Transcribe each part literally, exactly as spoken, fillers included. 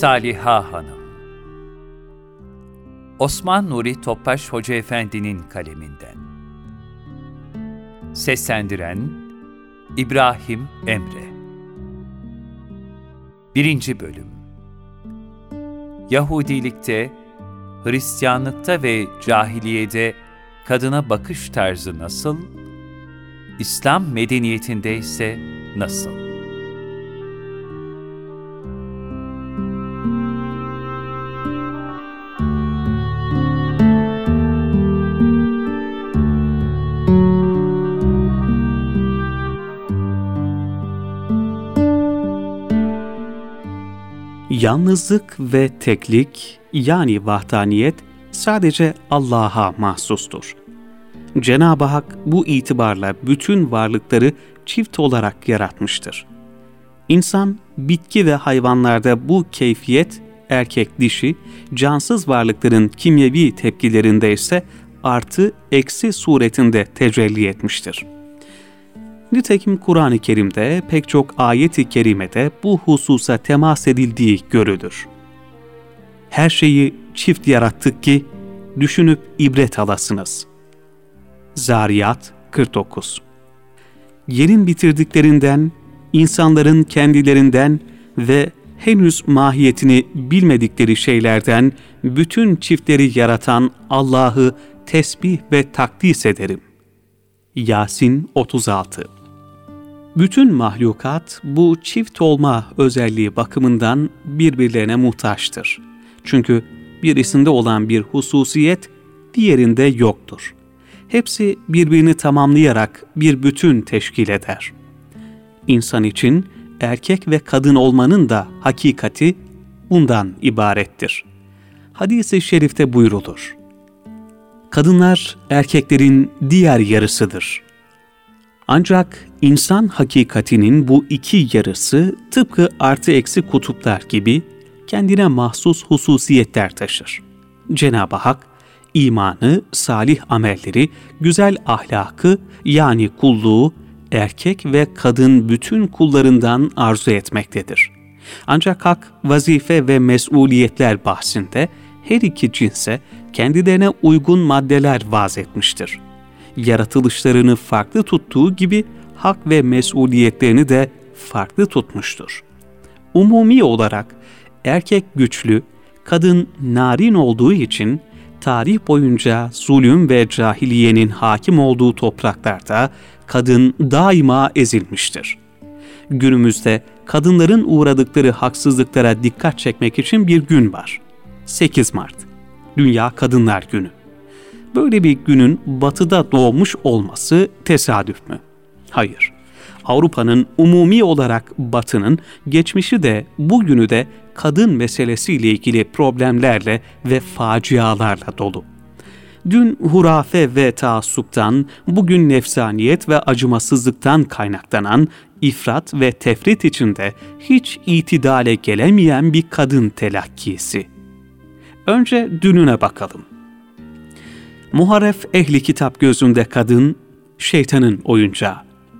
Saliha Hanım. Osman Nuri Topbaş Hoca Efendi'nin kaleminden. Seslendiren İbrahim Emre. Birinci Bölüm. Yahudilikte, Hristiyanlıkta ve cahiliyede kadına bakış tarzı nasıl, İslam medeniyetinde ise nasıl? Yalnızlık ve teklik, yani vahdaniyet, sadece Allah'a mahsustur. Cenab-ı Hak bu itibarla bütün varlıkları çift olarak yaratmıştır. İnsan, bitki ve hayvanlarda bu keyfiyet, erkek dişi, cansız varlıkların kimyevi tepkilerinde ise artı eksi suretinde tecelli etmiştir. Nitekim Kur'an-ı Kerim'de pek çok ayet-i kerimede bu hususa temas edildiği görülür. Her şeyi çift yarattık ki düşünüp ibret alasınız. Zariyat kırk dokuz. Yerin bitirdiklerinden, insanların kendilerinden ve henüz mahiyetini bilmedikleri şeylerden bütün çiftleri yaratan Allah'ı tesbih ve takdis ederim. Yasin otuz altı. Bütün mahlukat bu çift olma özelliği bakımından birbirlerine muhtaçtır. Çünkü birisinde olan bir hususiyet diğerinde yoktur. Hepsi birbirini tamamlayarak bir bütün teşkil eder. İnsan için erkek ve kadın olmanın da hakikati bundan ibarettir. Hadis-i şerifte buyrulur: kadınlar erkeklerin diğer yarısıdır. Ancak insan hakikatinin bu iki yarısı tıpkı artı eksi kutuplar gibi kendine mahsus hususiyetler taşır. Cenab-ı Hak, imanı, salih amelleri, güzel ahlakı yani kulluğu erkek ve kadın bütün kullarından arzu etmektedir. Ancak Hak, vazife ve mesuliyetler bahsinde her iki cinse kendilerine uygun maddeler vaz etmiştir. Yaratılışlarını farklı tuttuğu gibi hak ve mesuliyetlerini de farklı tutmuştur. Umumi olarak erkek güçlü, kadın narin olduğu için tarih boyunca zulüm ve cahiliyenin hakim olduğu topraklarda kadın daima ezilmiştir. Günümüzde kadınların uğradıkları haksızlıklara dikkat çekmek için bir gün var. sekiz Mart, Dünya Kadınlar Günü. Böyle bir günün batıda doğmuş olması tesadüf mü? Hayır. Avrupa'nın umumi olarak batının geçmişi de bugünü de kadın meselesiyle ilgili problemlerle ve facialarla dolu. Dün hurafe ve taassuptan, bugün nefsaniyet ve acımasızlıktan kaynaklanan ifrat ve tefrit içinde hiç itidale gelemeyen bir kadın telakkisi. Önce dününe bakalım. Muharref ehli kitap gözünde kadın, şeytanın oyuncağı.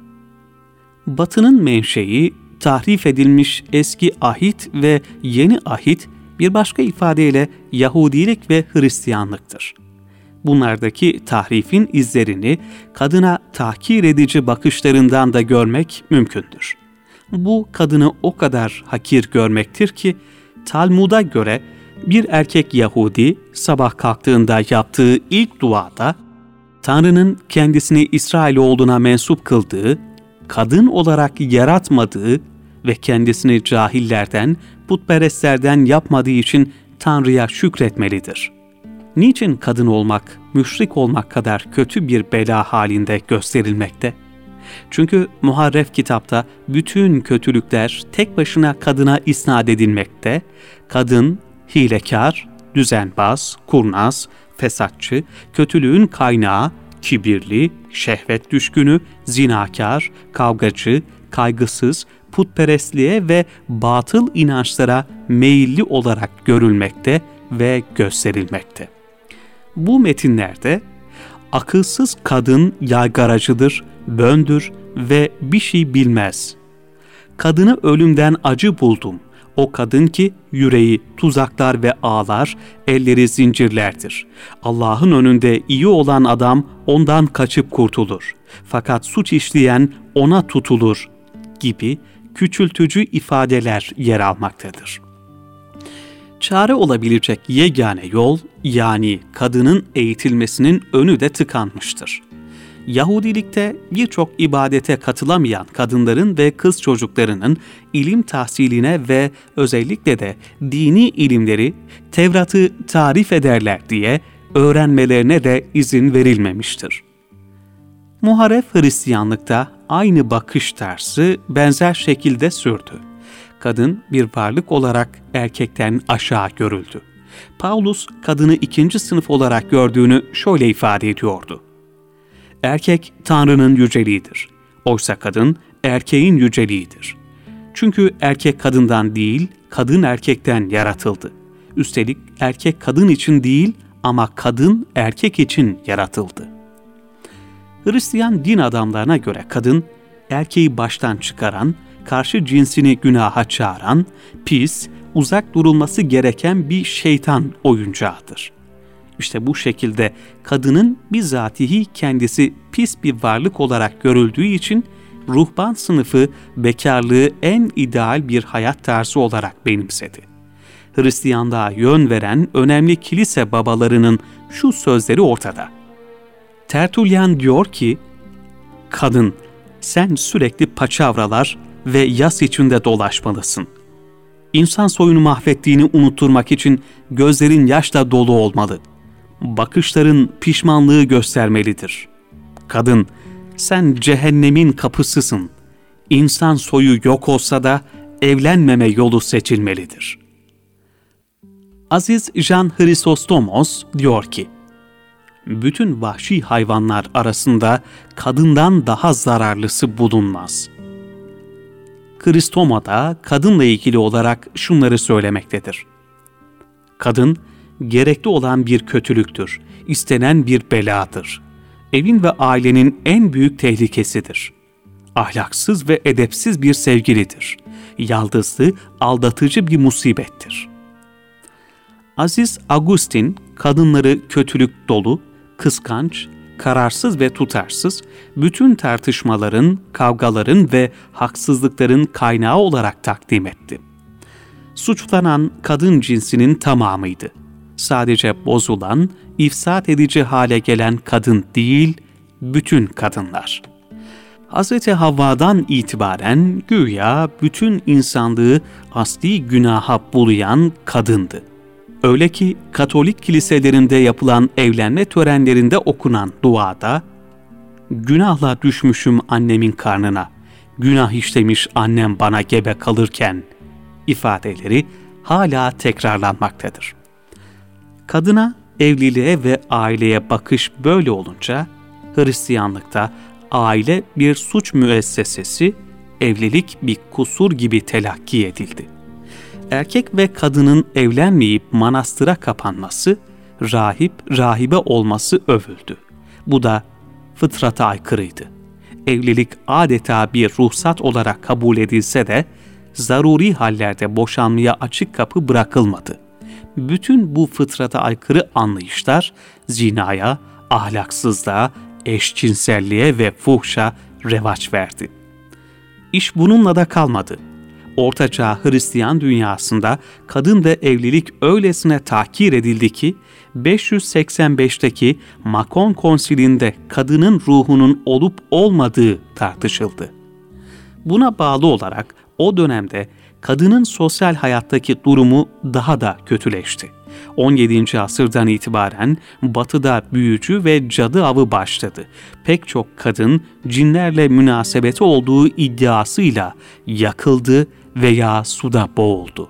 Batının menşei, tahrif edilmiş eski ahit ve yeni ahit, bir başka ifadeyle Yahudilik ve Hristiyanlıktır. Bunlardaki tahrifin izlerini kadına tahkir edici bakışlarından da görmek mümkündür. Bu kadını o kadar hakir görmektir ki, Talmud'a göre bir erkek Yahudi sabah kalktığında yaptığı ilk duada, Tanrı'nın kendisini İsrailoğlu'na mensup kıldığı, kadın olarak yaratmadığı ve kendisini cahillerden, putperestlerden yapmadığı için Tanrı'ya şükretmelidir. Niçin kadın olmak, müşrik olmak kadar kötü bir bela halinde gösterilmekte? Çünkü muharref kitapta bütün kötülükler tek başına kadına isnat edilmekte, kadın, hilekâr, düzenbaz, kurnaz, fesatçı, kötülüğün kaynağı, kibirli, şehvet düşkünü, zinakâr, kavgacı, kaygısız, putperestliğe ve batıl inançlara meyilli olarak görülmekte ve gösterilmekte. Bu metinlerde akılsız kadın yaygaracıdır, böndür ve bir şey bilmez. Kadını ölümden acı buldum, O kadın ki yüreği tuzaklar ve ağlar, elleri zincirlerdir. Allah'ın önünde iyi olan adam ondan kaçıp kurtulur. Fakat suç işleyen ona tutulur gibi küçültücü ifadeler yer almaktadır. Çare olabilecek yegane yol, yani kadının eğitilmesinin önü de tıkanmıştır. Yahudilikte birçok ibadete katılamayan kadınların ve kız çocuklarının ilim tahsiline ve özellikle de dini ilimleri Tevrat'ı tarif ederler diye öğrenmelerine de izin verilmemiştir. Muharref Hristiyanlıkta aynı bakış tarzı benzer şekilde sürdü. Kadın bir varlık olarak erkekten aşağı görüldü. Paulus kadını ikinci sınıf olarak gördüğünü şöyle ifade ediyordu: Erkek Tanrı'nın yüceliğidir. Oysa kadın erkeğin yüceliğidir. Çünkü erkek kadından değil, kadın erkekten yaratıldı. Üstelik erkek kadın için değil ama kadın erkek için yaratıldı. Hristiyan din adamlarına göre kadın, erkeği baştan çıkaran, karşı cinsini günaha çağıran, pis, uzak durulması gereken bir şeytan oyuncağıdır. İşte bu şekilde kadının bizatihi kendisi pis bir varlık olarak görüldüğü için ruhban sınıfı bekarlığı en ideal bir hayat tarzı olarak benimsedi. Hristiyanlığa yön veren önemli kilise babalarının şu sözleri ortada. Tertullian diyor ki, kadın sen sürekli paçavralar ve yas içinde dolaşmalısın. İnsan soyunu mahvettiğini unutturmak için gözlerin yaşla dolu olmalı. Bakışların pişmanlığı göstermelidir. Kadın, sen cehennemin kapısısın. İnsan soyu yok olsa da evlenmeme yolu seçilmelidir. Aziz Jean Chrysostomos diyor ki, bütün vahşi hayvanlar arasında kadından daha zararlısı bulunmaz. Kristoma da kadınla ilgili olarak şunları söylemektedir. Kadın, gerekli olan bir kötülüktür, istenen bir beladır. Evin ve ailenin en büyük tehlikesidir. Ahlaksız ve edepsiz bir sevgilidir. Yaldızlı, aldatıcı bir musibettir. Aziz Agustin, kadınları kötülük dolu, kıskanç, kararsız ve tutarsız, bütün tartışmaların, kavgaların ve haksızlıkların kaynağı olarak takdim etti. Suçlanan kadın cinsinin tamamıydı. Sadece bozulan, ifsat edici hale gelen kadın değil, bütün kadınlar. Hazreti Havva'dan itibaren güya bütün insanlığı asli günaha bulayan kadındı. Öyle ki Katolik kiliselerinde yapılan evlenme törenlerinde okunan duada, "Günahla düşmüşüm annemin karnına, günah işlemiş annem bana gebe kalırken" ifadeleri hala tekrarlanmaktadır. Kadına, evliliğe ve aileye bakış böyle olunca, Hristiyanlıkta aile bir suç müessesesi, evlilik bir kusur gibi telakki edildi. Erkek ve kadının evlenmeyip manastıra kapanması, rahip, rahibe olması övüldü. Bu da fıtrata aykırıydı. Evlilik adeta bir ruhsat olarak kabul edilse de, zaruri hallerde boşanmaya açık kapı bırakılmadı. Bütün bu fıtrata aykırı anlayışlar, zinaya, ahlaksızlığa, eşcinselliğe ve fuhşa revaç verdi. İş bununla da kalmadı. Ortaçağ Hristiyan dünyasında kadın ve evlilik öylesine tahkir edildi ki, beş yüz seksen beşteki Makon Konsili'nde kadının ruhunun olup olmadığı tartışıldı. Buna bağlı olarak o dönemde kadının sosyal hayattaki durumu daha da kötüleşti. on yedinci asırdan itibaren Batı'da büyücü ve cadı avı başladı. Pek çok kadın cinlerle münasebeti olduğu iddiasıyla yakıldı veya suda boğuldu.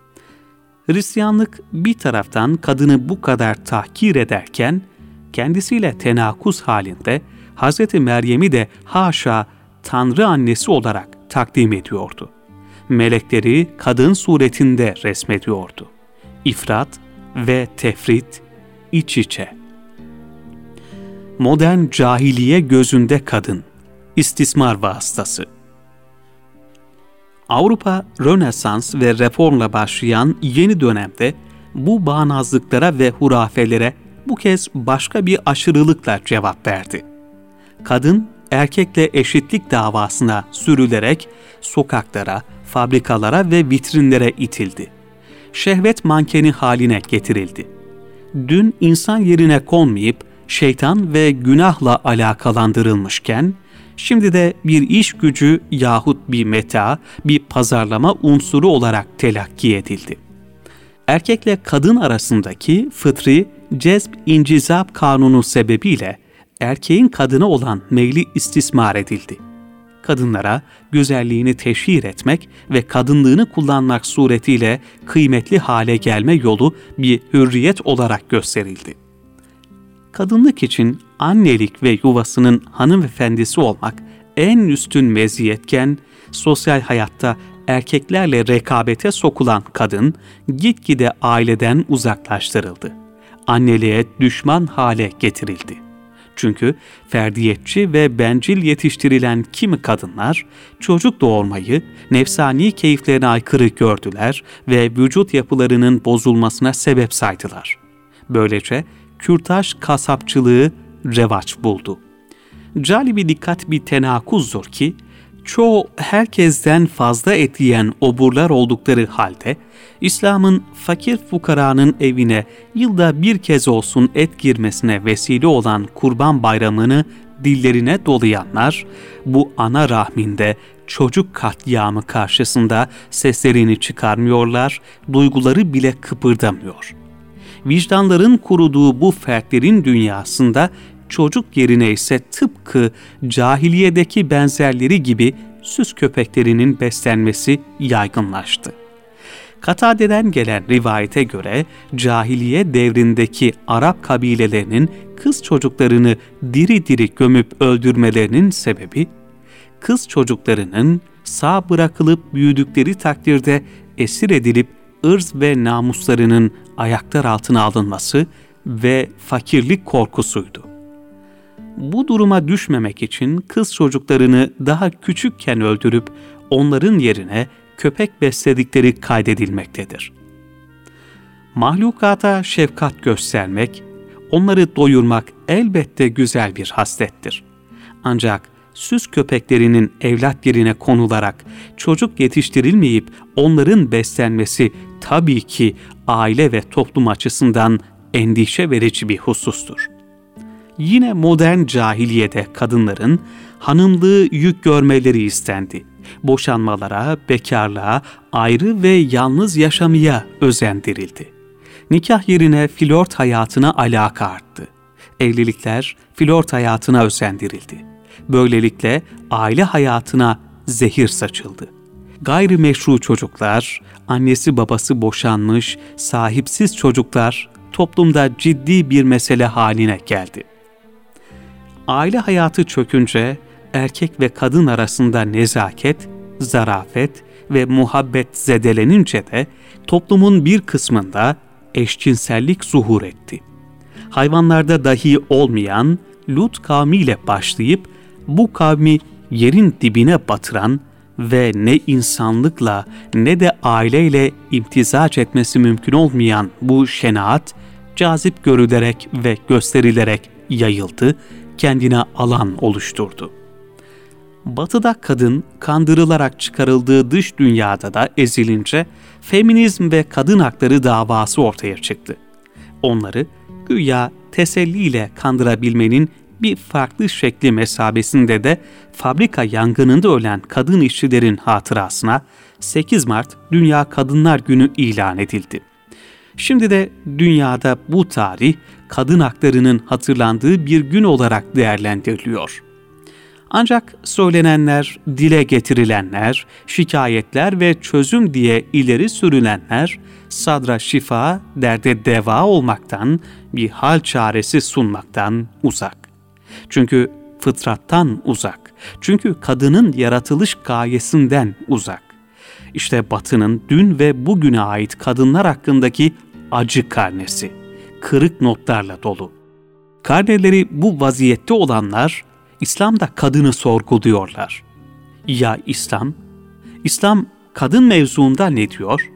Hristiyanlık bir taraftan kadını bu kadar tahkir ederken, kendisiyle tenakuz halinde Hazreti Meryem'i de haşa Tanrı annesi olarak takdim ediyordu. Melekleri kadın suretinde resmediyordu. İfrat ve tefrit iç içe. Modern cahiliye gözünde kadın, istismar vasıtası. Avrupa, Rönesans ve Reform'la başlayan yeni dönemde bu bağnazlıklara ve hurafelere bu kez başka bir aşırılıkla cevap verdi. Kadın, erkekle eşitlik davasına sürülerek sokaklara, fabrikalara ve vitrinlere itildi. Şehvet mankeni haline getirildi. Dün insan yerine konmayıp şeytan ve günahla alakalandırılmışken, şimdi de bir iş gücü yahut bir meta, bir pazarlama unsuru olarak telakki edildi. Erkekle kadın arasındaki fıtri cezb-incizab kanunu sebebiyle erkeğin kadına olan meyli istismar edildi. Kadınlara güzelliğini teşhir etmek ve kadınlığını kullanmak suretiyle kıymetli hale gelme yolu bir hürriyet olarak gösterildi. Kadınlık için annelik ve yuvasının hanımefendisi olmak en üstün meziyetken, sosyal hayatta erkeklerle rekabete sokulan kadın gitgide aileden uzaklaştırıldı. Anneliğe düşman hale getirildi. Çünkü ferdiyetçi ve bencil yetiştirilen kimi kadınlar çocuk doğurmayı nefsani keyiflerine aykırı gördüler ve vücut yapılarının bozulmasına sebep saydılar. Böylece kürtaj kasapçılığı revaç buldu. Cali bir dikkat bir tenakuzdur ki, çoğu herkesten fazla et yiyen oburlar oldukları halde, İslam'ın fakir fukaranın evine yılda bir kez olsun et girmesine vesile olan Kurban Bayramı'nı dillerine dolayanlar, bu ana rahminde çocuk katliamı karşısında seslerini çıkarmıyorlar, duyguları bile kıpırdamıyor. Vicdanların kuruduğu bu fertlerin dünyasında çocuk yerine ise tıpkı cahiliyedeki benzerleri gibi süs köpeklerinin beslenmesi yaygınlaştı. Katade'den gelen rivayete göre cahiliye devrindeki Arap kabilelerinin kız çocuklarını diri diri gömüp öldürmelerinin sebebi, kız çocuklarının sağ bırakılıp büyüdükleri takdirde esir edilip ırz ve namuslarının ayaklar altına alınması ve fakirlik korkusuydu. Bu duruma düşmemek için kız çocuklarını daha küçükken öldürüp onların yerine köpek besledikleri kaydedilmektedir. Mahlukata şefkat göstermek, onları doyurmak elbette güzel bir haslettir. Ancak süs köpeklerinin evlat yerine konularak çocuk yetiştirilmeyip onların beslenmesi tabii ki aile ve toplum açısından endişe verici bir husustur. Yine modern cahiliyede kadınların hanımlığı yük görmeleri istendi. Boşanmalara, bekarlığa, ayrı ve yalnız yaşamaya özendirildi. Nikah yerine flört hayatına alaka arttı. Evlilikler flört hayatına özendirildi. Böylelikle aile hayatına zehir saçıldı. Gayrimeşru çocuklar, annesi babası boşanmış, sahipsiz çocuklar toplumda ciddi bir mesele haline geldi. Aile hayatı çökünce erkek ve kadın arasında nezaket, zarafet ve muhabbet zedelenince de toplumun bir kısmında eşcinsellik zuhur etti. Hayvanlarda dahi olmayan Lut kavmiyle başlayıp bu kavmi yerin dibine batıran ve ne insanlıkla ne de aileyle imtizac etmesi mümkün olmayan bu şenaat cazip görülerek ve gösterilerek yayıldı, kendine alan oluşturdu. Batı'da kadın kandırılarak çıkarıldığı dış dünyada da ezilince feminizm ve kadın hakları davası ortaya çıktı. Onları güya teselliyle kandırabilmenin bir farklı şekli mesabesinde de fabrika yangınında ölen kadın işçilerin hatırasına sekiz Mart Dünya Kadınlar Günü ilan edildi. Şimdi de dünyada bu tarih kadın haklarının hatırlandığı bir gün olarak değerlendiriliyor. Ancak söylenenler, dile getirilenler, şikayetler ve çözüm diye ileri sürülenler sadra şifa, derde deva olmaktan, bir hal çaresi sunmaktan uzak. Çünkü fıtrattan uzak. Çünkü kadının yaratılış gayesinden uzak. İşte Batı'nın dün ve bugüne ait kadınlar hakkındaki acı karnesi, kırık notlarla dolu. Karneleri bu vaziyette olanlar, İslam'da kadını sorguluyorlar. Ya İslam? İslam kadın mevzuunda ne diyor?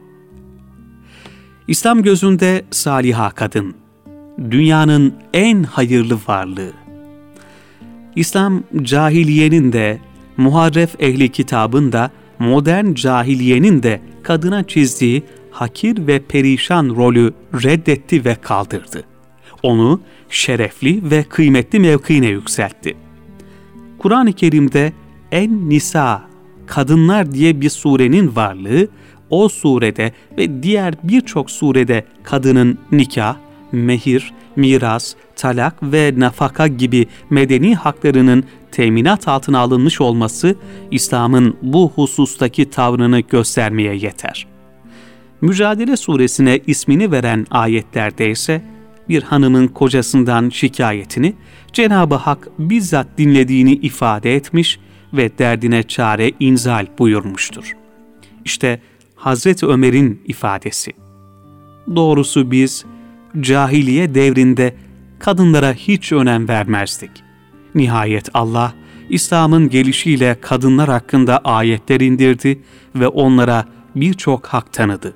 İslam gözünde saliha kadın, dünyanın en hayırlı varlığı. İslam cahiliyenin de, muharref ehli kitabın da, modern cahiliyenin de kadına çizdiği hakir ve perişan rolü reddetti ve kaldırdı. Onu şerefli ve kıymetli mevkiine yükseltti. Kur'an-ı Kerim'de En-Nisa, kadınlar diye bir surenin varlığı, o surede ve diğer birçok surede kadının nikah, mehir, miras, talak ve nafaka gibi medeni haklarının teminat altına alınmış olması, İslam'ın bu husustaki tavrını göstermeye yeter. Mücadele suresine ismini veren ayetlerde ise, bir hanımın kocasından şikayetini Cenab-ı Hak bizzat dinlediğini ifade etmiş ve derdine çare inzal buyurmuştur. İşte Hazreti Ömer'in ifadesi. Doğrusu biz cahiliye devrinde kadınlara hiç önem vermezdik. Nihayet Allah, İslam'ın gelişiyle kadınlar hakkında ayetler indirdi ve onlara birçok hak tanıdı.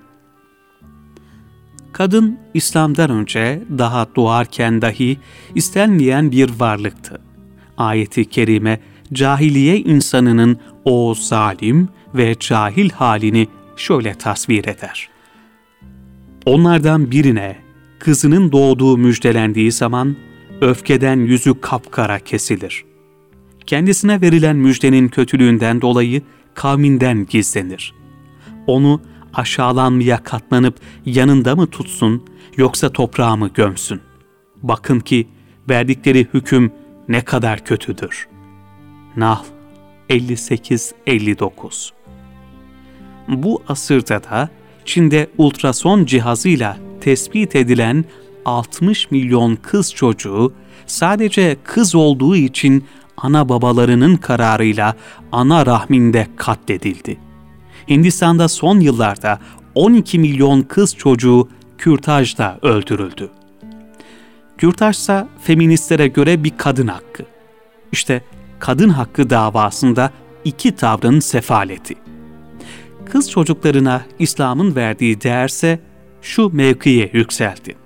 Kadın, İslam'dan önce daha doğarken dahi istenmeyen bir varlıktı. Ayet-i kerime, cahiliye insanının o zalim ve cahil halini şöyle tasvir eder. Onlardan birine kızının doğduğu müjdelendiği zaman öfkeden yüzü kapkara kesilir. Kendisine verilen müjdenin kötülüğünden dolayı kavminden gizlenir. Onu aşağılanmaya katlanıp yanında mı tutsun yoksa toprağa mı gömsün? Bakın ki verdikleri hüküm ne kadar kötüdür. Nahl elli sekiz elli dokuz. Bu asırda da Çin'de ultrason cihazıyla tespit edilen altmış milyon kız çocuğu sadece kız olduğu için ana babalarının kararıyla ana rahminde katledildi. Hindistan'da son yıllarda on iki milyon kız çocuğu kürtajla öldürüldü. Kürtaj ise feministlere göre bir kadın hakkı. İşte kadın hakkı davasında iki tavrın sefaleti. Kız çocuklarına İslam'ın verdiği değerse şu mevkiye yükseldi.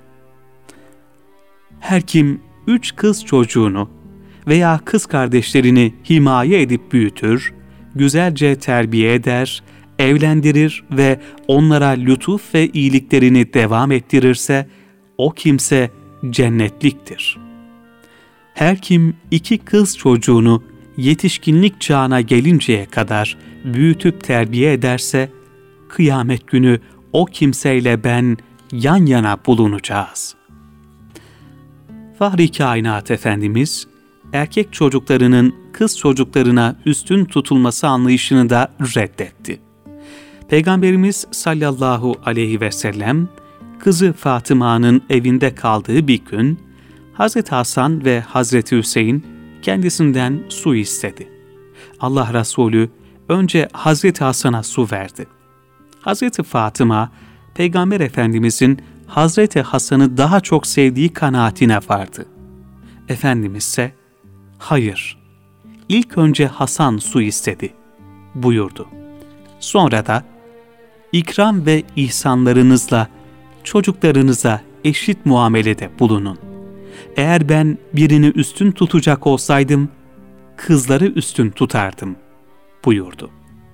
Her kim üç kız çocuğunu veya kız kardeşlerini himaye edip büyütür, güzelce terbiye eder, evlendirir ve onlara lütuf ve iyiliklerini devam ettirirse, o kimse cennetliktir. Her kim iki kız çocuğunu yetişkinlik çağına gelinceye kadar büyütüp terbiye ederse, kıyamet günü o kimseyle ben yan yana bulunacağız. Fahri Kainat Efendimiz, erkek çocuklarının kız çocuklarına üstün tutulması anlayışını da reddetti. Peygamberimiz sallallahu aleyhi ve sellem, kızı Fatıma'nın evinde kaldığı bir gün, Hazreti Hasan ve Hazreti Hüseyin kendisinden su istedi. Allah Resulü önce Hazreti Hasan'a su verdi. Hazreti Fatıma, Peygamber Efendimizin Hazreti Hasan'ı daha çok sevdiği kanaatine vardı. Efendimiz ise, hayır, ilk önce Hasan su istedi buyurdu. Sonra da, ikram ve ihsanlarınızla çocuklarınıza eşit muamelede bulunun. Eğer ben birini üstün tutacak olsaydım, kızları üstün tutardım buyurdu.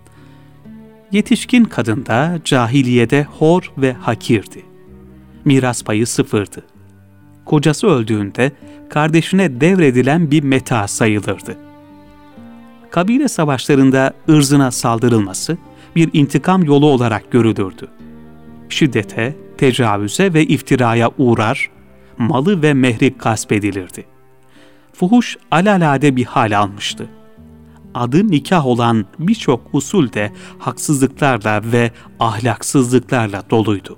Yetişkin kadın da cahiliyede hor ve hakirdi. Miras payı sıfırdı. Kocası öldüğünde kardeşine devredilen bir meta sayılırdı. Kabile savaşlarında ırzına saldırılması bir intikam yolu olarak görülürdü. Şiddete, tecavüze ve iftiraya uğrar, malı ve mehri gasp edilirdi. Fuhuş alelade bir hal almıştı. Adı nikah olan birçok usul de haksızlıklarla ve ahlaksızlıklarla doluydu.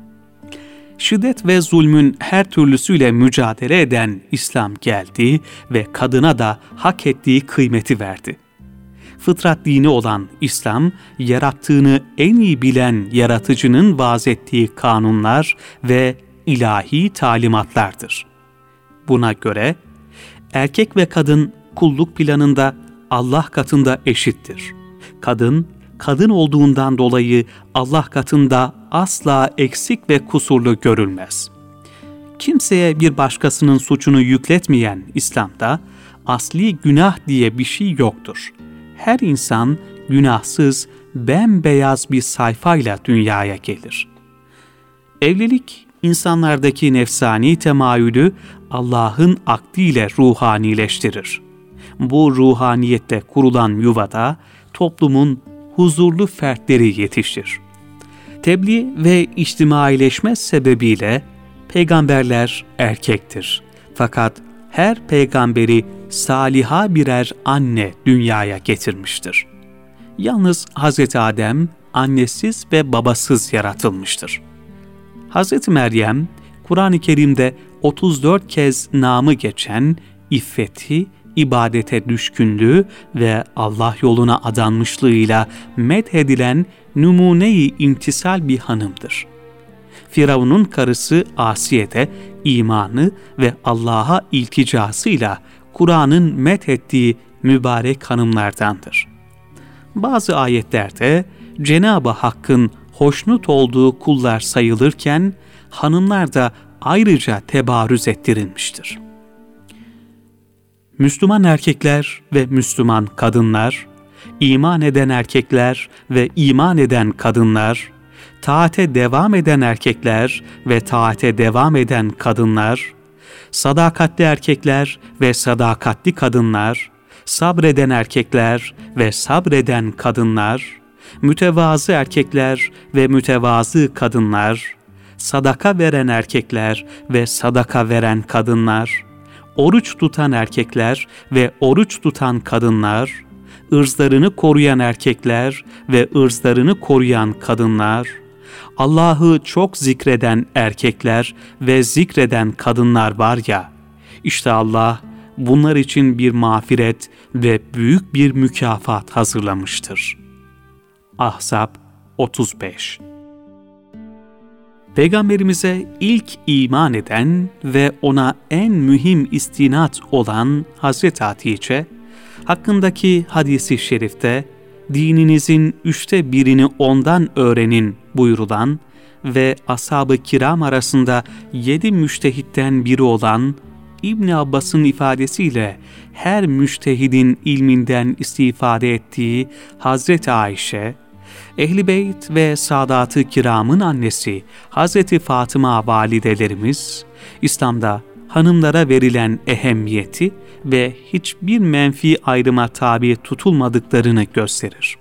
Şiddet ve zulmün her türlüsüyle mücadele eden İslam geldi ve kadına da hak ettiği kıymeti verdi. Fıtrat dini olan İslam, yarattığını en iyi bilen yaratıcının vaaz ettiği kanunlar ve ilahi talimatlardır. Buna göre erkek ve kadın kulluk planında Allah katında eşittir. Kadın kadın olduğundan dolayı Allah katında asla eksik ve kusurlu görülmez. Kimseye bir başkasının suçunu yükletmeyen İslam'da asli günah diye bir şey yoktur. Her insan günahsız, bembeyaz bir sayfayla dünyaya gelir. Evlilik, insanlardaki nefsani temayülü Allah'ın akdiyle ruhanileştirir. Bu ruhaniyette kurulan yuvada toplumun huzurlu fertleri yetişir. Tebliğ ve içtimaileşme sebebiyle peygamberler erkektir. Fakat her peygamberi saliha birer anne dünyaya getirmiştir. Yalnız Hazreti Adem annesiz ve babasız yaratılmıştır. Hazreti Meryem, Kur'an-ı Kerim'de otuz dört kez namı geçen iffeti, ibadete düşkünlüğü ve Allah yoluna adanmışlığıyla methedilen numune-i imtisal bir hanımdır. Firavun'un karısı Asiye de imanı ve Allah'a ilticasıyla Kur'an'ın methettiği mübarek hanımlardandır. Bazı ayetlerde Cenab-ı Hakk'ın hoşnut olduğu kullar sayılırken hanımlar da ayrıca tebarüz ettirilmiştir. Müslüman erkekler ve Müslüman kadınlar, iman eden erkekler ve iman eden kadınlar, taate devam eden erkekler ve taate devam eden kadınlar, sadakatli erkekler ve sadakatli kadınlar, sabreden erkekler ve sabreden kadınlar, mütevazı erkekler ve mütevazı kadınlar, sadaka veren erkekler ve sadaka veren kadınlar, oruç tutan erkekler ve oruç tutan kadınlar, ırzlarını koruyan erkekler ve ırzlarını koruyan kadınlar, Allah'ı çok zikreden erkekler ve zikreden kadınlar var ya, işte Allah bunlar için bir mağfiret ve büyük bir mükafat hazırlamıştır. Ahzab otuz beş. Peygamberimize ilk iman eden ve ona en mühim istinat olan Hazreti Hatice, hakkındaki hadisi şerifte, dininizin üçte birini ondan öğrenin buyurulan ve ashab-ı kiram arasında yedi müştehitten biri olan İbn Abbas'ın ifadesiyle her müştehidin ilminden istifade ettiği Hazreti Ayşe, Ehl-i Beyt ve Sadat-ı Kiram'ın annesi Hazreti Fatıma validelerimiz, İslam'da hanımlara verilen ehemmiyeti ve hiçbir menfi ayrıma tabi tutulmadıklarını gösterir.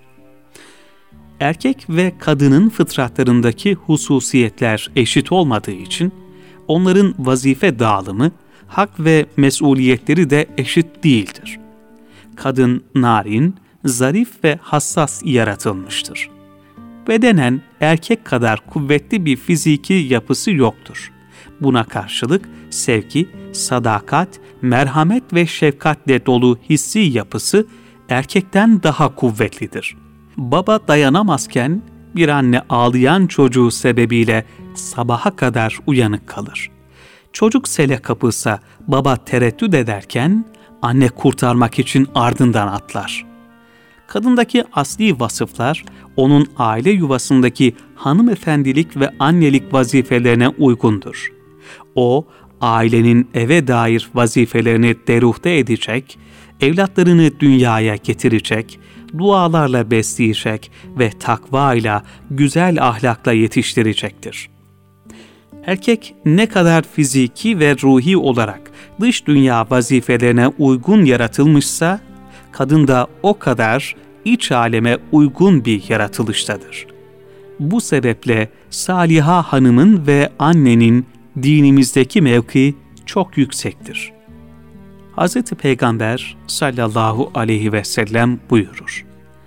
Erkek ve kadının fıtratlarındaki hususiyetler eşit olmadığı için, onların vazife dağılımı, hak ve mesuliyetleri de eşit değildir. Kadın narin, zarif ve hassas yaratılmıştır. Bedenen erkek kadar kuvvetli bir fiziki yapısı yoktur. Buna karşılık sevgi, sadakat, merhamet ve şefkatle dolu hissi yapısı erkekten daha kuvvetlidir. Baba dayanamazken bir anne ağlayan çocuğu sebebiyle sabaha kadar uyanık kalır. Çocuk sele kapılsa baba tereddüt ederken anne kurtarmak için ardından atlar. Kadındaki asli vasıflar onun aile yuvasındaki hanımefendilik ve annelik vazifelerine uygundur. O, ailenin eve dair vazifelerini deruhte edecek, evlatlarını dünyaya getirecek, dualarla besleyecek ve takvayla, güzel ahlakla yetiştirecektir. Erkek ne kadar fiziki ve ruhi olarak dış dünya vazifelerine uygun yaratılmışsa, kadın da o kadar iç aleme uygun bir yaratılıştadır. Bu sebeple Saliha hanımın ve annenin dinimizdeki mevki çok yüksektir. Hz. Peygamber sallallahu aleyhi ve sellem buyurur: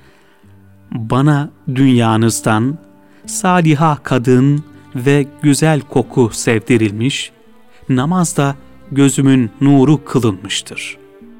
"Bana dünyanızdan saliha kadın ve güzel koku sevdirilmiş, namazda gözümün nuru kılınmıştır."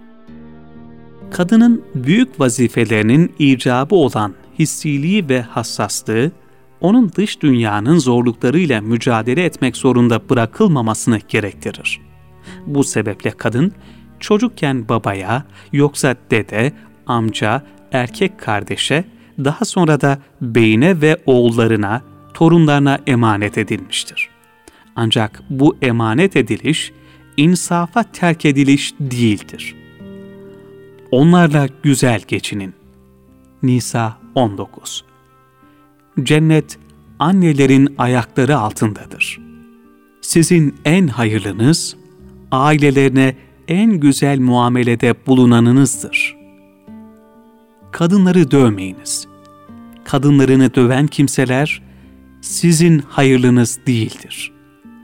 Kadının büyük vazifelerinin icabı olan hissiliği ve hassaslığı, onun dış dünyanın zorluklarıyla mücadele etmek zorunda bırakılmamasını gerektirir. Bu sebeple kadın, çocukken babaya, yoksa dede, amca, erkek kardeşe, daha sonra da beyine ve oğullarına, torunlarına emanet edilmiştir. Ancak bu emanet ediliş, insafa terk ediliş değildir. Onlarla güzel geçinin. Nisa on dokuz. Cennet, annelerin ayakları altındadır. Sizin en hayırlınız, ailelerine en güzel muamelede bulunanınızdır. Kadınları dövmeyiniz. Kadınlarını döven kimseler, sizin hayırlınız değildir.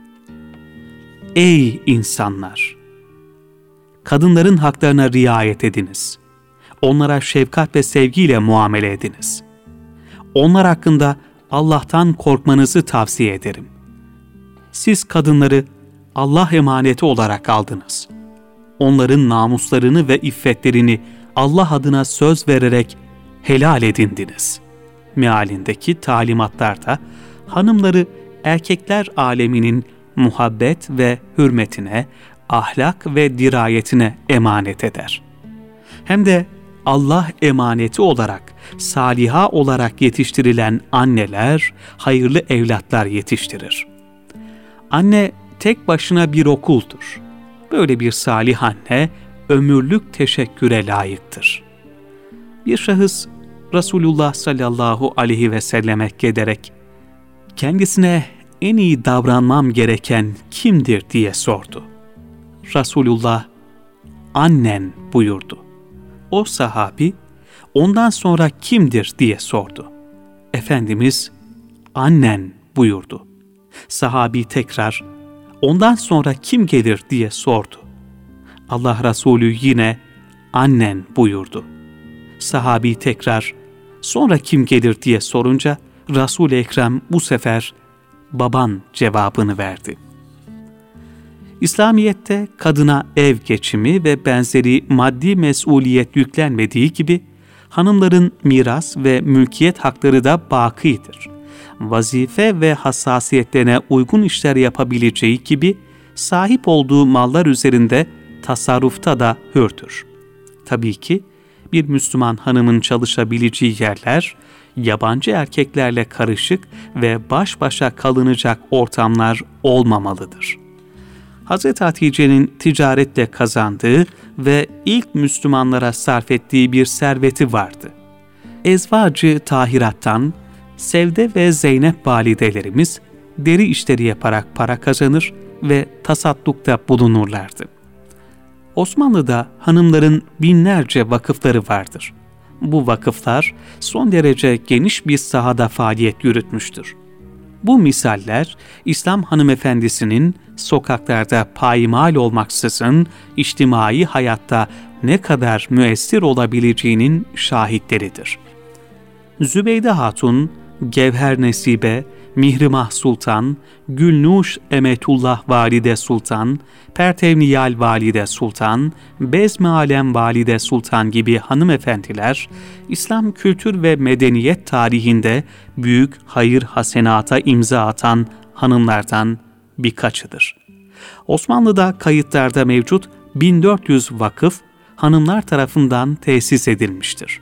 Ey insanlar! Kadınların haklarına riayet ediniz. Onlara şefkat ve sevgiyle muamele ediniz. Onlar hakkında Allah'tan korkmanızı tavsiye ederim. Siz kadınları Allah emaneti olarak aldınız. Onların namuslarını ve iffetlerini Allah adına söz vererek helal edindiniz. Mealindeki talimatlarda hanımları erkekler aleminin muhabbet ve hürmetine, ahlak ve dirayetine emanet eder. Hem de Allah emaneti olarak, saliha olarak yetiştirilen anneler, hayırlı evlatlar yetiştirir. Anne tek başına bir okuldur. Böyle bir salih anne, ömürlük teşekküre layıktır. Bir şahıs, Resulullah sallallahu aleyhi ve selleme giderek, kendisine en iyi davranmam gereken kimdir diye sordu. Resulullah, annen buyurdu. O sahabi, ondan sonra kimdir diye sordu. Efendimiz, annen buyurdu. Sahabi tekrar, ondan sonra kim gelir diye sordu. Allah Resulü yine, annen buyurdu. Sahabi tekrar, sonra kim gelir diye sorunca, Resul-i Ekrem bu sefer, baban cevabını verdi. İslamiyet'te kadına ev geçimi ve benzeri maddi mesuliyet yüklenmediği gibi, hanımların miras ve mülkiyet hakları da bakidir. Vazife ve hassasiyetlerine uygun işler yapabileceği gibi, sahip olduğu mallar üzerinde tasarrufta da hürdür. Tabii ki, bir Müslüman hanımın çalışabileceği yerler, yabancı erkeklerle karışık ve baş başa kalınacak ortamlar olmamalıdır. Hazreti Hatice'nin ticaretle kazandığı ve ilk Müslümanlara sarf ettiği bir serveti vardı. Ezvacı Tahirat'tan Sevde ve Zeynep validelerimiz deri işleri yaparak para kazanır ve tasaddukta bulunurlardı. Osmanlı'da hanımların binlerce vakıfları vardır. Bu vakıflar son derece geniş bir sahada faaliyet yürütmüştür. Bu misaller, İslam hanımefendisinin sokaklarda payimal olmaksızın içtimai hayatta ne kadar müessir olabileceğinin şahitleridir. Zübeyde Hatun, Gevher Nesibe, Mihrimah Sultan, Gülnuş Emetullah Valide Sultan, Pertevniyal Valide Sultan, Bezmi Alem Valide Sultan gibi hanımefendiler, İslam kültür ve medeniyet tarihinde büyük hayır hasenata imza atan hanımlardan birkaçıdır. Osmanlı'da kayıtlarda mevcut bin dört yüz vakıf hanımlar tarafından tesis edilmiştir.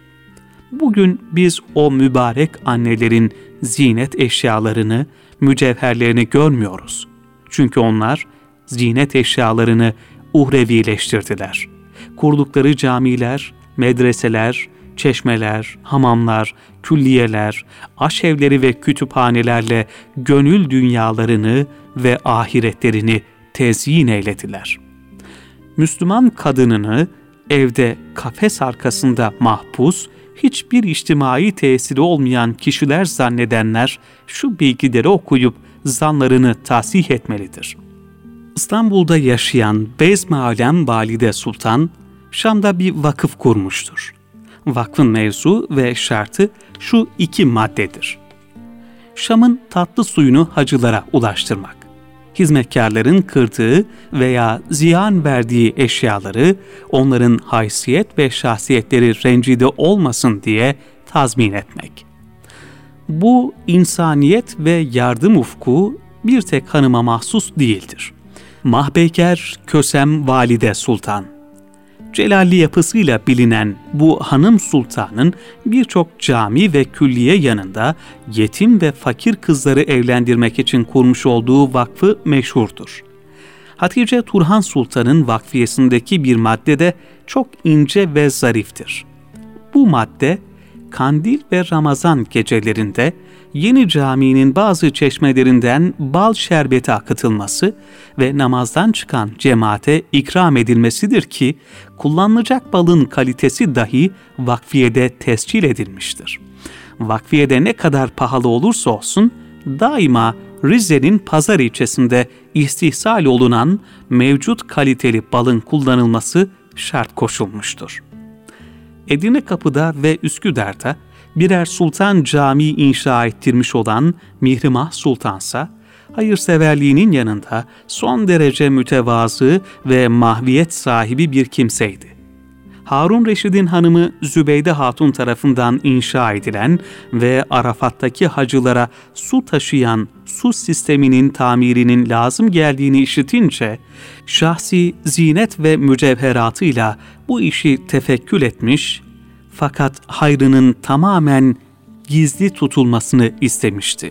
Bugün biz o mübarek annelerin zinet eşyalarını, mücevherlerini görmüyoruz. Çünkü onlar zinet eşyalarını uhrevileştirdiler. Kurdukları camiler, medreseler, çeşmeler, hamamlar, külliyeler, aşevleri ve kütüphanelerle gönül dünyalarını ve ahiretlerini tezyin eylediler. Müslüman kadınını evde kafes arkasında mahpus, hiçbir içtimai tesiri olmayan kişiler zannedenler şu bilgileri okuyup zanlarını tahsih etmelidir. İstanbul'da yaşayan Bezmi Alem Valide Sultan, Şam'da bir vakıf kurmuştur. Vakfın mevzu ve şartı şu iki maddedir. Şam'ın tatlı suyunu hacılara ulaştırmak. Hizmetkarların kırdığı veya ziyan verdiği eşyaları onların haysiyet ve şahsiyetleri rencide olmasın diye tazmin etmek. Bu insaniyet ve yardım ufku bir tek hanıma mahsus değildir. Mahpeyker Kösem Valide Sultan, Celalli yapısıyla bilinen bu hanım sultanın birçok cami ve külliye yanında yetim ve fakir kızları evlendirmek için kurmuş olduğu vakfı meşhurdur. Hatice Turhan Sultan'ın vakfiyesindeki bir madde de çok ince ve zariftir. Bu madde, Kandil ve Ramazan gecelerinde Yeni Cami'nin bazı çeşmelerinden bal şerbeti akıtılması ve namazdan çıkan cemaate ikram edilmesidir ki, kullanılacak balın kalitesi dahi vakfiyede tescil edilmiştir. Vakfiyede ne kadar pahalı olursa olsun, daima Rize'nin Pazar ilçesinde istihsal olunan mevcut kaliteli balın kullanılması şart koşulmuştur. Edirne Kapı'da ve Üsküdar'da birer sultan camii inşa ettirmiş olan Mihrimah Sultansa, hayırseverliğinin yanında son derece mütevazı ve mahviyet sahibi bir kimseydi. Harun Reşid'in hanımı Zübeyde Hatun tarafından inşa edilen ve Arafat'taki hacılara su taşıyan su sisteminin tamirinin lazım geldiğini işitince, şahsi zinet ve mücevheratıyla bu işi tefekkül etmiş, fakat hayrının tamamen gizli tutulmasını istemişti.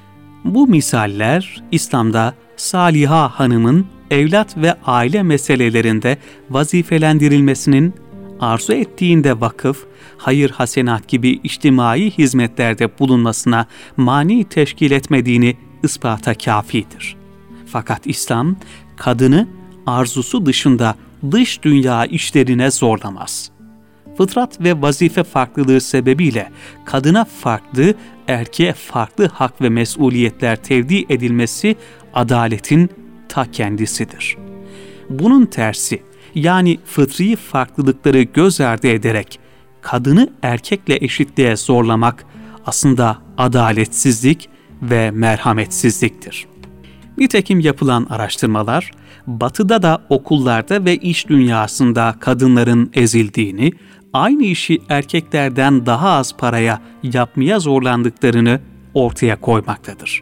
Bu misaller, İslam'da Saliha Hanım'ın evlat ve aile meselelerinde vazifelendirilmesinin, arzu ettiğinde vakıf, hayır hasenat gibi içtimai hizmetlerde bulunmasına mani teşkil etmediğini ispata kâfidir. Fakat İslam, kadını arzusu dışında dış dünya işlerine zorlamaz. Fıtrat ve vazife farklılığı sebebiyle kadına farklı, erkeğe farklı hak ve mesuliyetler tevdi edilmesi adaletin ta kendisidir. Bunun tersi, yani fıtri farklılıkları göz ardı ederek kadını erkekle eşitliğe zorlamak aslında adaletsizlik ve merhametsizliktir. Nitekim yapılan araştırmalar, Batı'da da okullarda ve iş dünyasında kadınların ezildiğini, aynı işi erkeklerden daha az paraya yapmaya zorlandıklarını ortaya koymaktadır.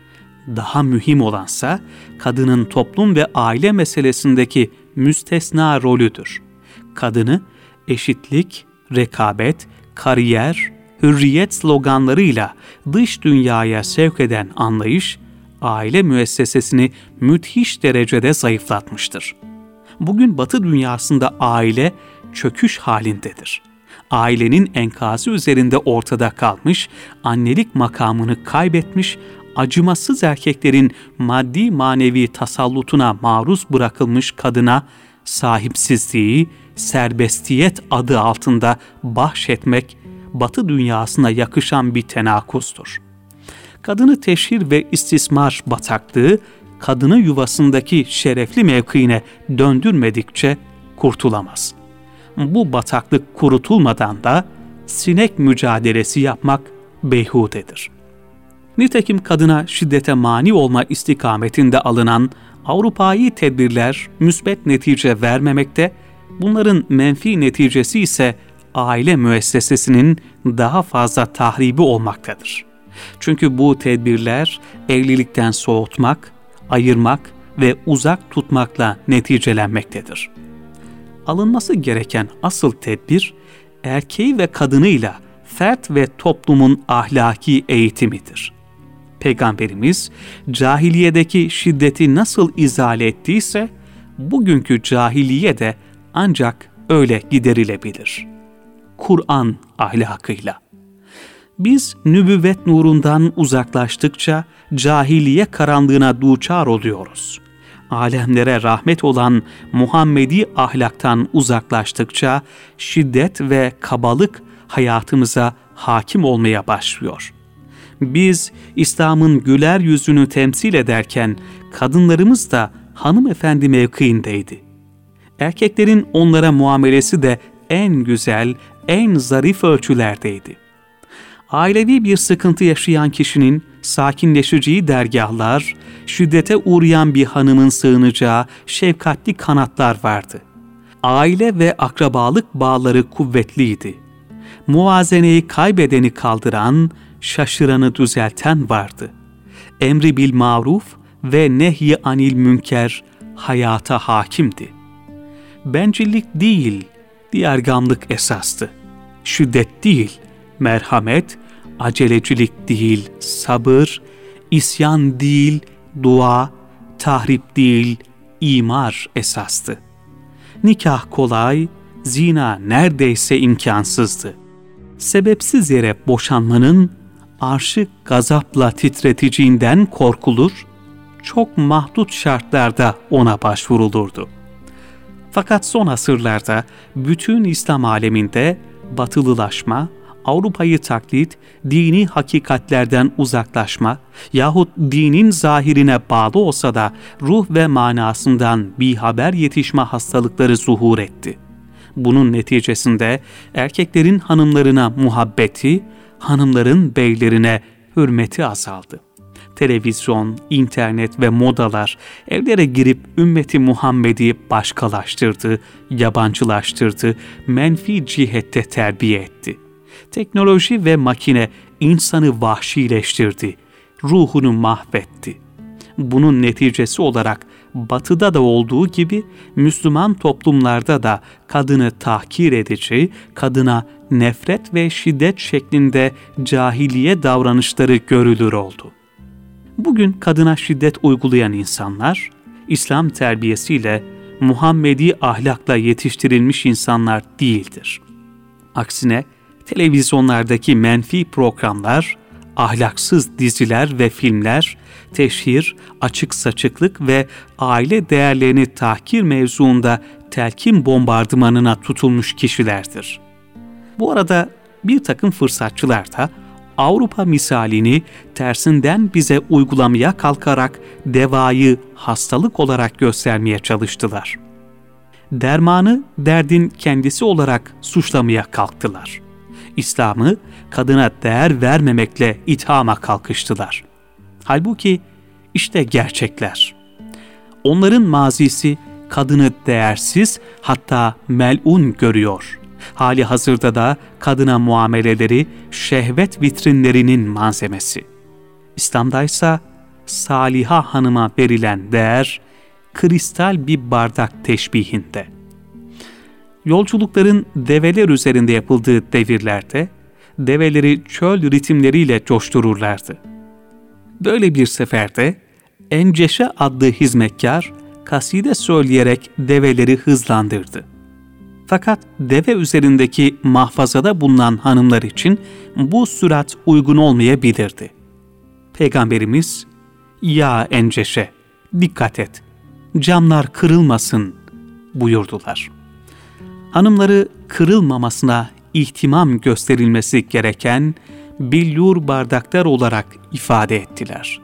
Daha mühim olansa kadının toplum ve aile meselesindeki müstesna rolüdür. Kadını eşitlik, rekabet, kariyer, hürriyet sloganlarıyla dış dünyaya sevk eden anlayış, aile müessesesini müthiş derecede zayıflatmıştır. Bugün Batı dünyasında aile çöküş halindedir. Ailenin enkazı üzerinde ortada kalmış, annelik makamını kaybetmiş, acımasız erkeklerin maddi manevi tasallutuna maruz bırakılmış kadına sahipsizliği, serbestiyet adı altında bahşetmek, Batı dünyasına yakışan bir tenakuzdur. Kadını teşhir ve istismar bataklığı, kadını yuvasındaki şerefli mevkiine döndürmedikçe kurtulamaz. Bu bataklık kurutulmadan da sinek mücadelesi yapmak beyhudedir. Nitekim kadına şiddete mani olma istikametinde alınan Avrupâi tedbirler müsbet netice vermemekte, bunların menfi neticesi ise aile müessesesinin daha fazla tahribi olmaktadır. Çünkü bu tedbirler evlilikten soğutmak, ayırmak ve uzak tutmakla neticelenmektedir. Alınması gereken asıl tedbir, erkeği ve kadınıyla fert ve toplumun ahlaki eğitimidir. Peygamberimiz, cahiliyedeki şiddeti nasıl izale ettiyse, bugünkü cahiliye de ancak öyle giderilebilir. Kur'an ahlakıyla. Biz nübüvvet nurundan uzaklaştıkça cahiliye karanlığına duçar oluyoruz. Alemlere rahmet olan Muhammedi ahlaktan uzaklaştıkça şiddet ve kabalık hayatımıza hakim olmaya başlıyor. Biz İslam'ın güler yüzünü temsil ederken kadınlarımız da hanımefendi mevkiindeydi. Erkeklerin onlara muamelesi de en güzel, en zarif ölçülerdeydi. Ailevi bir sıkıntı yaşayan kişinin sakinleşeceği dergahlar, şiddete uğrayan bir hanımın sığınacağı şefkatli kanatlar vardı. Aile ve akrabalık bağları kuvvetliydi. Muvazeneyi kaybedeni kaldıran, şaşıranı düzelten vardı. Emri bil maruf ve nehy anil münker hayata hakimdi. Bencillik değil, diyargamlık esastı. Şiddet değil, merhamet, acelecilik değil, sabır, isyan değil, dua, tahrip değil, imar esastı. Nikah kolay, zina neredeyse imkansızdı. Sebepsiz yere boşanmanın arşı gazapla titreteceğinden korkulur, çok mahdut şartlarda ona başvurulurdu. Fakat son asırlarda bütün İslam aleminde batılılaşma, Avrupa'yı taklit, dini hakikatlerden uzaklaşma yahut dinin zahirine bağlı olsa da ruh ve manasından bihaber yetişme hastalıkları zuhur etti. Bunun neticesinde erkeklerin hanımlarına muhabbeti, hanımların beylerine hürmeti azaldı. Televizyon, internet ve modalar evlere girip ümmeti Muhammed'i başkalaştırdı, yabancılaştırdı, menfi cihette terbiye etti. Teknoloji ve makine insanı vahşileştirdi, ruhunu mahvetti. Bunun neticesi olarak Batı'da da olduğu gibi Müslüman toplumlarda da kadını tahkir edici, kadına nefret ve şiddet şeklinde cahiliye davranışları görülür oldu. Bugün kadına şiddet uygulayan insanlar, İslam terbiyesiyle, Muhammedi ahlakla yetiştirilmiş insanlar değildir. Aksine televizyonlardaki menfi programlar, ahlaksız diziler ve filmler, teşhir, açık saçıklık ve aile değerlerini tahkir mevzuunda telkin bombardımanına tutulmuş kişilerdir. Bu arada bir takım fırsatçılar da Avrupa misalini tersinden bize uygulamaya kalkarak devayı hastalık olarak göstermeye çalıştılar. Dermanı derdin kendisi olarak suçlamaya kalktılar. İslam'ı kadına değer vermemekle ithama kalkıştılar. Halbuki işte gerçekler. Onların mazisi kadını değersiz, hatta melun görüyor. Hali hazırda da kadına muameleleri şehvet vitrinlerinin malzemesi. İslam'daysa Saliha Hanım'a verilen değer kristal bir bardak teşbihinde. Yolculukların develer üzerinde yapıldığı devirlerde develeri çöl ritimleriyle coştururlardı. Böyle bir seferde Enceşe adlı hizmetkar kaside söyleyerek develeri hızlandırdı. Fakat deve üzerindeki mahfazada bulunan hanımlar için bu sürat uygun olmayabilirdi. Peygamberimiz, "Ya Enceşe, dikkat et, camlar kırılmasın," buyurdular. Hanımları kırılmamasına ihtimam gösterilmesi gereken billur bardaklar olarak ifade ettiler.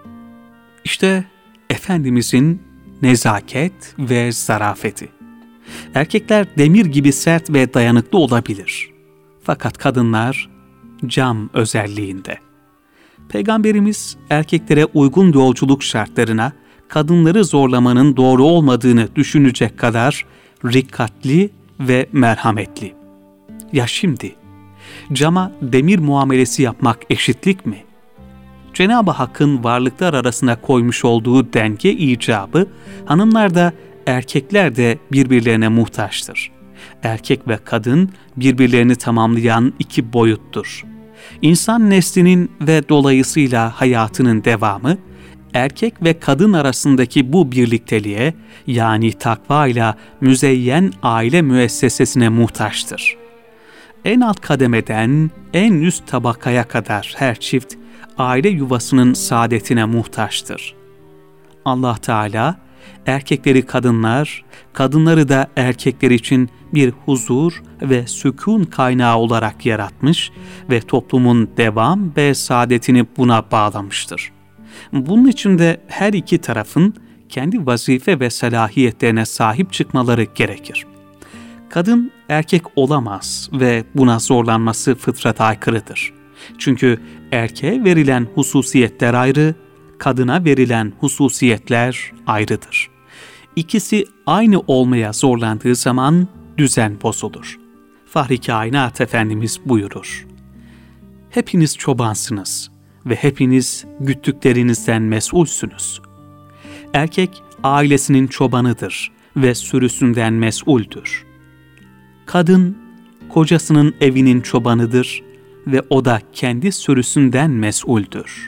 İşte Efendimizin nezaket ve zarafeti. Erkekler demir gibi sert ve dayanıklı olabilir. Fakat kadınlar cam özelliğinde. Peygamberimiz erkeklere uygun yolculuk şartlarına kadınları zorlamanın doğru olmadığını düşünecek kadar rikkatli ve merhametli. Ya şimdi cama demir muamelesi yapmak eşitlik mi? Cenab-ı Hakk'ın varlıklar arasına koymuş olduğu denge icabı, hanımlar da erkekler de birbirlerine muhtaçtır. Erkek ve kadın birbirlerini tamamlayan iki boyuttur. İnsan neslinin ve dolayısıyla hayatının devamı, erkek ve kadın arasındaki bu birlikteliğe, yani takva ile müzeyyen aile müessesesine muhtaçtır. En alt kademeden en üst tabakaya kadar her çift, aile yuvasının saadetine muhtaçtır. Allah Teala, erkekleri kadınlar, kadınları da erkekler için bir huzur ve sükun kaynağı olarak yaratmış ve toplumun devam ve saadetini buna bağlamıştır. Bunun için de her iki tarafın kendi vazife ve salahiyetlerine sahip çıkmaları gerekir. Kadın erkek olamaz ve buna zorlanması fıtrata aykırıdır. Çünkü erkeğe verilen hususiyetler ayrı, kadına verilen hususiyetler ayrıdır. İkisi aynı olmaya zorlandığı zaman düzen bozulur. Fahri Kainat Efendimiz buyurur: "Hepiniz çobansınız ve hepiniz güttüklerinizden mesulsünüz. Erkek ailesinin çobanıdır ve sürüsünden mesuldür. Kadın, kocasının evinin çobanıdır ve o da kendi sürüsünden mes'uldür.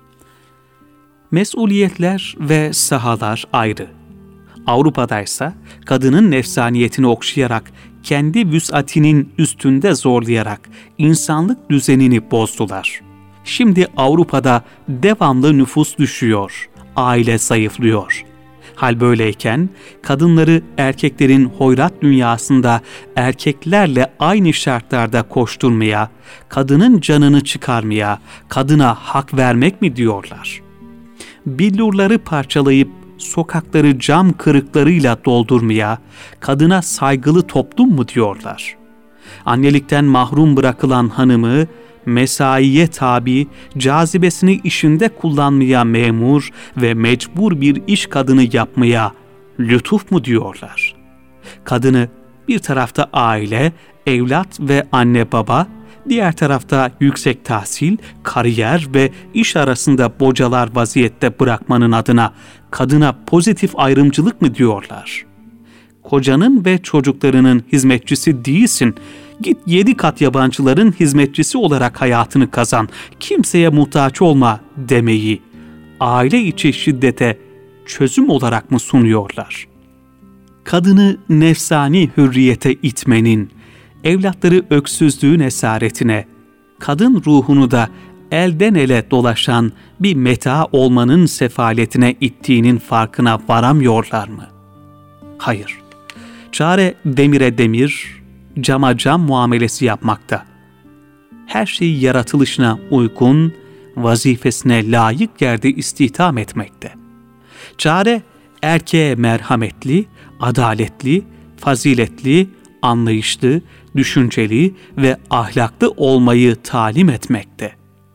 Mesuliyetler ve sahalar ayrı. Avrupa'daysa kadının nefsaniyetini okşayarak, kendi vüs'atinin üstünde zorlayarak insanlık düzenini bozdular. Şimdi Avrupa'da devamlı nüfus düşüyor, aile zayıflıyor. Hal böyleyken kadınları erkeklerin hoyrat dünyasında erkeklerle aynı şartlarda koşturmaya, kadının canını çıkarmaya, kadına hak vermek mi diyorlar? Billurları parçalayıp sokakları cam kırıklarıyla doldurmaya, kadına saygılı toplum mu diyorlar? Annelikten mahrum bırakılan hanımı, mesaiye tabi, cazibesini işinde kullanmaya memur ve mecbur bir iş kadını yapmaya lütuf mu diyorlar? Kadını bir tarafta aile, evlat ve anne baba, diğer tarafta yüksek tahsil, kariyer ve iş arasında bocalar vaziyette bırakmanın adına kadına pozitif ayrımcılık mı diyorlar? Kocanın ve çocuklarının hizmetçisi değilsin, git yedi kat yabancıların hizmetçisi olarak hayatını kazan, kimseye muhtaç olma demeyi aile içi şiddete çözüm olarak mı sunuyorlar? Kadını nefsani hürriyete itmenin, evlatları öksüzlüğün esaretine, kadın ruhunu da elden ele dolaşan bir meta olmanın sefaletine ittiğinin farkına varamıyorlar mı? Hayır. Çare demire demir, cama cam muamelesi yapmakta. Her şeyi yaratılışına uygun, vazifesine layık yerde istihdam etmekte. Çare erkeğe merhametli, adaletli, faziletli, anlayışlı, düşünceli ve ahlaklı olmayı talim etmekte.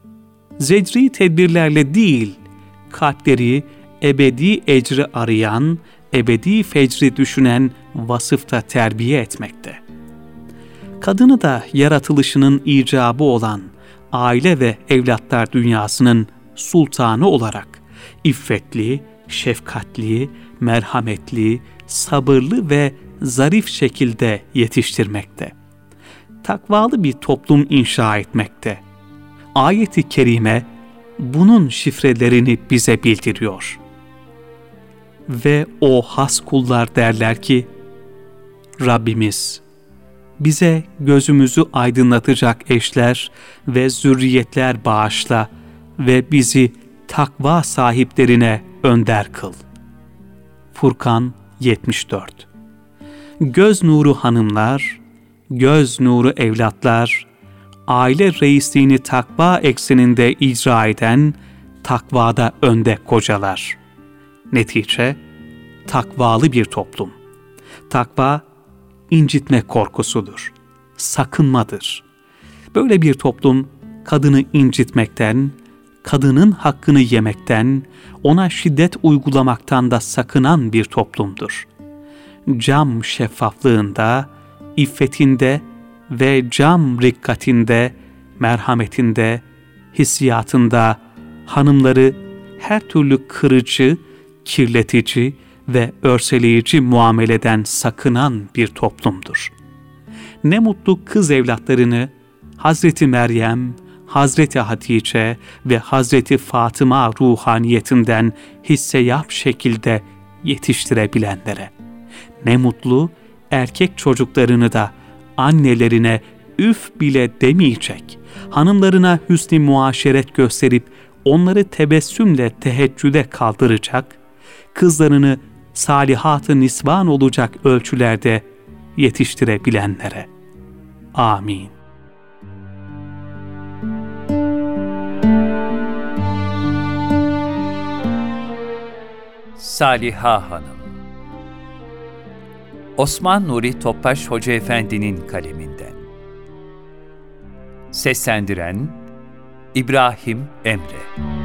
Zecri tedbirlerle değil, kalpleri ebedi ecri arayan, ebedi fecri düşünen vasıfta terbiye etmekte. Kadını da yaratılışının icabı olan aile ve evlatlar dünyasının sultanı olarak iffetli, şefkatli, merhametli, sabırlı ve zarif şekilde yetiştirmekte. Takvalı bir toplum inşa etmekte. Ayet-i kerime bunun şifrelerini bize bildiriyor. Ve o has kullar derler ki, Rabbimiz, bize gözümüzü aydınlatacak eşler ve zürriyetler bağışla ve bizi takva sahiplerine önder kıl. Furkan yetmiş dört. Göz nuru hanımlar, göz nuru evlatlar, aile reisliğini takva ekseninde icra eden, takvada önde kocalar. Netice, takvalı bir toplum. Takva, incitme korkusudur, sakınmadır. Böyle bir toplum, kadını incitmekten, kadının hakkını yemekten, ona şiddet uygulamaktan da sakınan bir toplumdur. Cam şeffaflığında, iffetinde ve cam rikkatinde, merhametinde, hissiyatında hanımları her türlü kırıcı, kirletici ve örseleyici muameleden sakınan bir toplumdur. Ne mutlu kız evlatlarını Hazreti Meryem, Hazreti Hatice ve Hazreti Fatıma ruhaniyetinden hisseyap şekilde yetiştirebilenlere. Ne mutlu erkek çocuklarını da annelerine üf bile demeyecek, hanımlarına hüsn-i muaşeret gösterip onları tebessümle teheccüde kaldıracak, kızlarını salihat-ı nisvan olacak ölçülerde yetiştirebilenlere. Amin. Saliha Hanım. Osman Nuri Topbaş Hoca Efendi'nin kaleminden. Seslendiren İbrahim Emre.